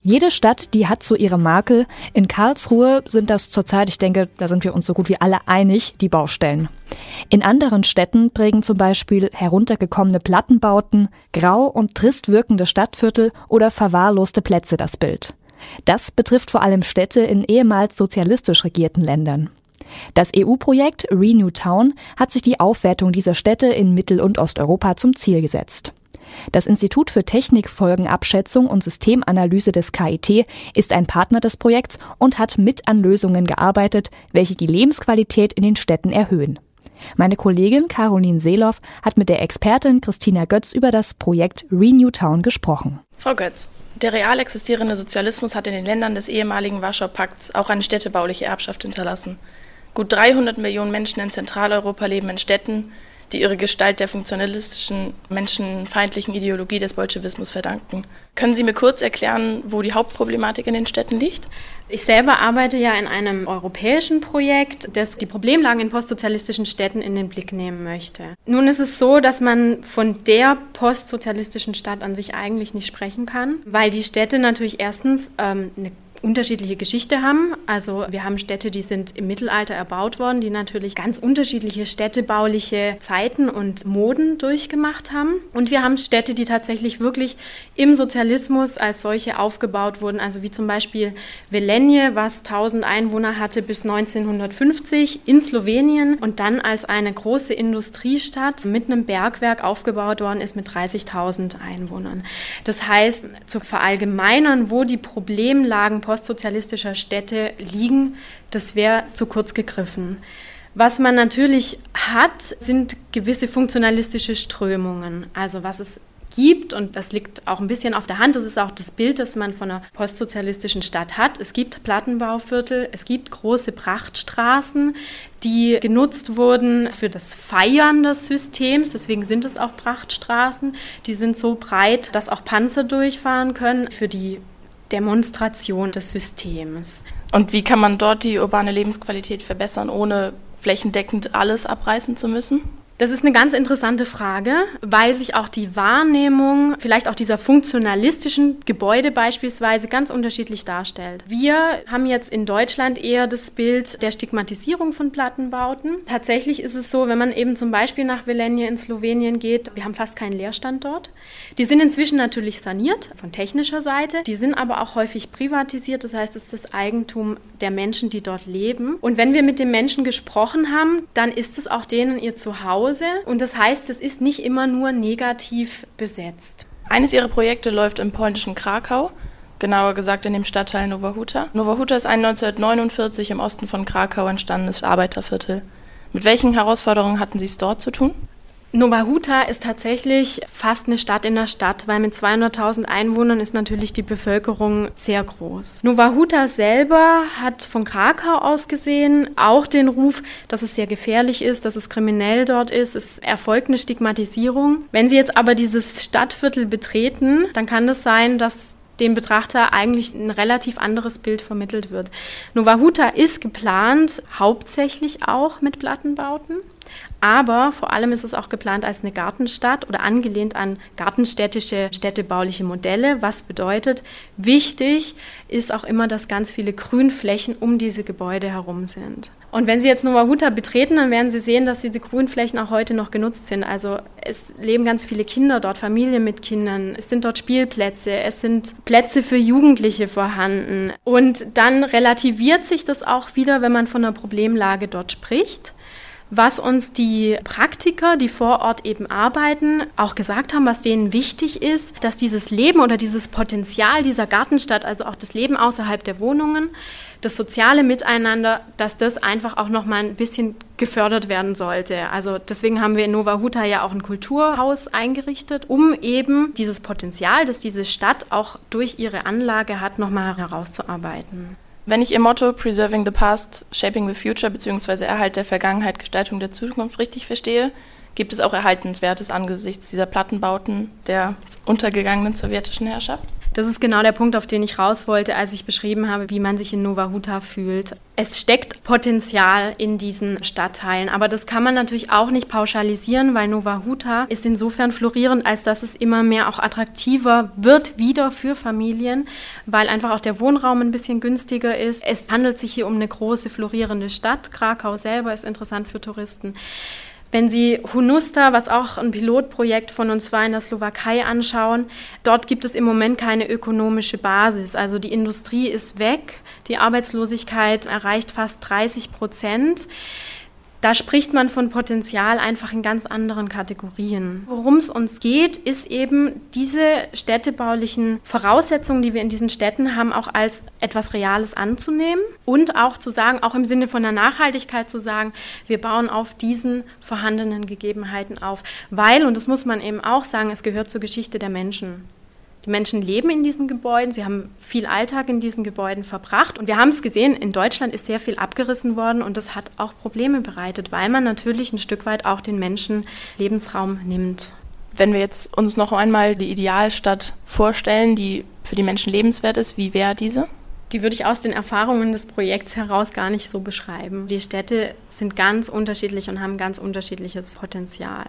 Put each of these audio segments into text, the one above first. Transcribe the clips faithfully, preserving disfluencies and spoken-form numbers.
Jede Stadt, die hat so ihre Marke. In Karlsruhe sind das zurzeit, ich denke, da sind wir uns so gut wie alle einig, die Baustellen. In anderen Städten prägen zum Beispiel heruntergekommene Plattenbauten, grau und trist wirkende Stadtviertel oder verwahrloste Plätze das Bild. Das betrifft vor allem Städte in ehemals sozialistisch regierten Ländern. Das E U-Projekt Renew Town hat sich die Aufwertung dieser Städte in Mittel- und Osteuropa zum Ziel gesetzt. Das Institut für Technikfolgenabschätzung und Systemanalyse des K I T ist ein Partner des Projekts und hat mit an Lösungen gearbeitet, welche die Lebensqualität in den Städten erhöhen. Meine Kollegin Caroline Seeloff hat mit der Expertin Christina Götz über das Projekt Renew Town gesprochen. Frau Götz, der real existierende Sozialismus hat in den Ländern des ehemaligen Warschauer Pakts auch eine städtebauliche Erbschaft hinterlassen. Gut dreihundert Millionen Menschen in Zentraleuropa leben in Städten, die ihre Gestalt der funktionalistischen, menschenfeindlichen Ideologie des Bolschewismus verdanken. Können Sie mir kurz erklären, wo die Hauptproblematik in den Städten liegt? Ich selber arbeite ja in einem europäischen Projekt, das die Problemlagen in postsozialistischen Städten in den Blick nehmen möchte. Nun ist es so, dass man von der postsozialistischen Stadt an sich eigentlich nicht sprechen kann, weil die Städte natürlich erstens ähm, eine unterschiedliche Geschichte haben. Also wir haben Städte, die sind im Mittelalter erbaut worden, die natürlich ganz unterschiedliche städtebauliche Zeiten und Moden durchgemacht haben. Und wir haben Städte, die tatsächlich wirklich im Sozialismus als solche aufgebaut wurden. Also wie zum Beispiel Velenje, was tausend Einwohner hatte bis neunzehnhundertfünfzig in Slowenien und dann als eine große Industriestadt mit einem Bergwerk aufgebaut worden ist mit dreißigtausend Einwohnern. Das heißt, zu verallgemeinern, wo die Problemlagen postsozialistischer Städte liegen, das wäre zu kurz gegriffen. Was man natürlich hat, sind gewisse funktionalistische Strömungen. Also was es gibt, und das liegt auch ein bisschen auf der Hand, das ist auch das Bild, das man von einer postsozialistischen Stadt hat. Es gibt Plattenbauviertel, es gibt große Prachtstraßen, die genutzt wurden für das Feiern des Systems, deswegen sind es auch Prachtstraßen. Die sind so breit, dass auch Panzer durchfahren können für die Demonstration des Systems. Und wie kann man dort die urbane Lebensqualität verbessern, ohne flächendeckend alles abreißen zu müssen? Das ist eine ganz interessante Frage, weil sich auch die Wahrnehmung vielleicht auch dieser funktionalistischen Gebäude beispielsweise ganz unterschiedlich darstellt. Wir haben jetzt in Deutschland eher das Bild der Stigmatisierung von Plattenbauten. Tatsächlich ist es so, wenn man eben zum Beispiel nach Velenje in Slowenien geht, wir haben fast keinen Leerstand dort. Die sind inzwischen natürlich saniert von technischer Seite, die sind aber auch häufig privatisiert, das heißt, es ist das Eigentum der Menschen, die dort leben. Und wenn wir mit den Menschen gesprochen haben, dann ist es auch denen ihr Zuhause. Und das heißt, es ist nicht immer nur negativ besetzt. Eines Ihrer Projekte läuft im polnischen Krakau, genauer gesagt in dem Stadtteil Nowa Huta. Nowa Huta ist ein neunzehnhundertneunundvierzig im Osten von Krakau entstandenes Arbeiterviertel. Mit welchen Herausforderungen hatten Sie es dort zu tun? Nowa Huta ist tatsächlich fast eine Stadt in der Stadt, weil mit zweihunderttausend Einwohnern ist natürlich die Bevölkerung sehr groß. Nowa Huta selber hat von Krakau aus gesehen auch den Ruf, dass es sehr gefährlich ist, dass es kriminell dort ist. Es erfolgt eine Stigmatisierung. Wenn Sie jetzt aber dieses Stadtviertel betreten, dann kann es sein, dass dem Betrachter eigentlich ein relativ anderes Bild vermittelt wird. Nowa Huta ist geplant, hauptsächlich auch mit Plattenbauten. Aber vor allem ist es auch geplant als eine Gartenstadt oder angelehnt an gartenstädtische städtebauliche Modelle. Was bedeutet, wichtig ist auch immer, dass ganz viele Grünflächen um diese Gebäude herum sind. Und wenn Sie jetzt Nowa Huta betreten, dann werden Sie sehen, dass diese Grünflächen auch heute noch genutzt sind. Also es leben ganz viele Kinder dort, Familien mit Kindern. Es sind dort Spielplätze, es sind Plätze für Jugendliche vorhanden. Und dann relativiert sich das auch wieder, wenn man von einer Problemlage dort spricht. Was uns die Praktiker, die vor Ort eben arbeiten, auch gesagt haben, was denen wichtig ist, dass dieses Leben oder dieses Potenzial dieser Gartenstadt, also auch das Leben außerhalb der Wohnungen, das soziale Miteinander, dass das einfach auch noch mal ein bisschen gefördert werden sollte. Also deswegen haben wir in Nowa Huta ja auch ein Kulturhaus eingerichtet, um eben dieses Potenzial, das diese Stadt auch durch ihre Anlage hat, noch mal herauszuarbeiten. Wenn ich Ihr Motto Preserving the Past, Shaping the Future bzw. Erhalt der Vergangenheit, Gestaltung der Zukunft richtig verstehe, gibt es auch Erhaltenswertes angesichts dieser Plattenbauten der untergegangenen sowjetischen Herrschaft? Das ist genau der Punkt, auf den ich raus wollte, als ich beschrieben habe, wie man sich in Nova Huta fühlt. Es steckt Potenzial in diesen Stadtteilen, aber das kann man natürlich auch nicht pauschalisieren, weil Nova Huta ist insofern florierend, als dass es immer mehr auch attraktiver wird wieder für Familien, weil einfach auch der Wohnraum ein bisschen günstiger ist. Es handelt sich hier um eine große florierende Stadt. Krakau selber ist interessant für Touristen. Wenn Sie Hunusta, was auch ein Pilotprojekt von uns war, in der Slowakei anschauen, dort gibt es im Moment keine ökonomische Basis. Also die Industrie ist weg, die Arbeitslosigkeit erreicht fast dreißig Prozent. Da spricht man von Potenzial einfach in ganz anderen Kategorien. Worum es uns geht, ist eben diese städtebaulichen Voraussetzungen, die wir in diesen Städten haben, auch als etwas Reales anzunehmen und auch zu sagen, auch im Sinne von der Nachhaltigkeit zu sagen, wir bauen auf diesen vorhandenen Gegebenheiten auf. Weil, und das muss man eben auch sagen, es gehört zur Geschichte der Menschen. Die Menschen leben in diesen Gebäuden, sie haben viel Alltag in diesen Gebäuden verbracht und wir haben es gesehen, in Deutschland ist sehr viel abgerissen worden und das hat auch Probleme bereitet, weil man natürlich ein Stück weit auch den Menschen Lebensraum nimmt. Wenn wir jetzt uns noch einmal die Idealstadt vorstellen, die für die Menschen lebenswert ist, wie wäre diese? Die würde ich aus den Erfahrungen des Projekts heraus gar nicht so beschreiben. Die Städte sind ganz unterschiedlich und haben ganz unterschiedliches Potenzial.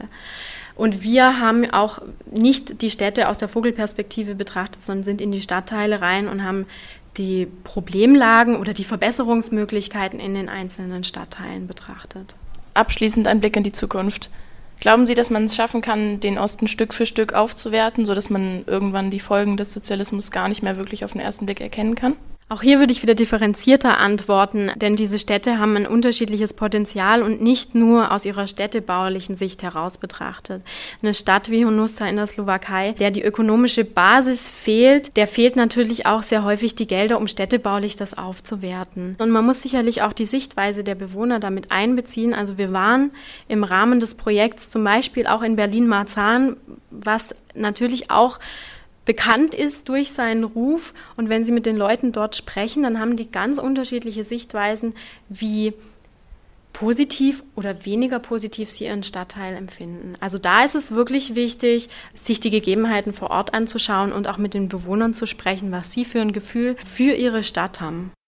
Und wir haben auch nicht die Städte aus der Vogelperspektive betrachtet, sondern sind in die Stadtteile rein und haben die Problemlagen oder die Verbesserungsmöglichkeiten in den einzelnen Stadtteilen betrachtet. Abschließend ein Blick in die Zukunft. Glauben Sie, dass man es schaffen kann, den Osten Stück für Stück aufzuwerten, sodass man irgendwann die Folgen des Sozialismus gar nicht mehr wirklich auf den ersten Blick erkennen kann? Auch hier würde ich wieder differenzierter antworten, denn diese Städte haben ein unterschiedliches Potenzial und nicht nur aus ihrer städtebaulichen Sicht heraus betrachtet. Eine Stadt wie Hunusta in der Slowakei, der die ökonomische Basis fehlt, der fehlt natürlich auch sehr häufig die Gelder, um städtebaulich das aufzuwerten. Und man muss sicherlich auch die Sichtweise der Bewohner damit einbeziehen. Also wir waren im Rahmen des Projekts zum Beispiel auch in Berlin-Marzahn, was natürlich auch bekannt ist durch seinen Ruf. Und wenn Sie mit den Leuten dort sprechen, dann haben die ganz unterschiedliche Sichtweisen, wie positiv oder weniger positiv sie ihren Stadtteil empfinden. Also da ist es wirklich wichtig, sich die Gegebenheiten vor Ort anzuschauen und auch mit den Bewohnern zu sprechen, was sie für ein Gefühl für ihre Stadt haben.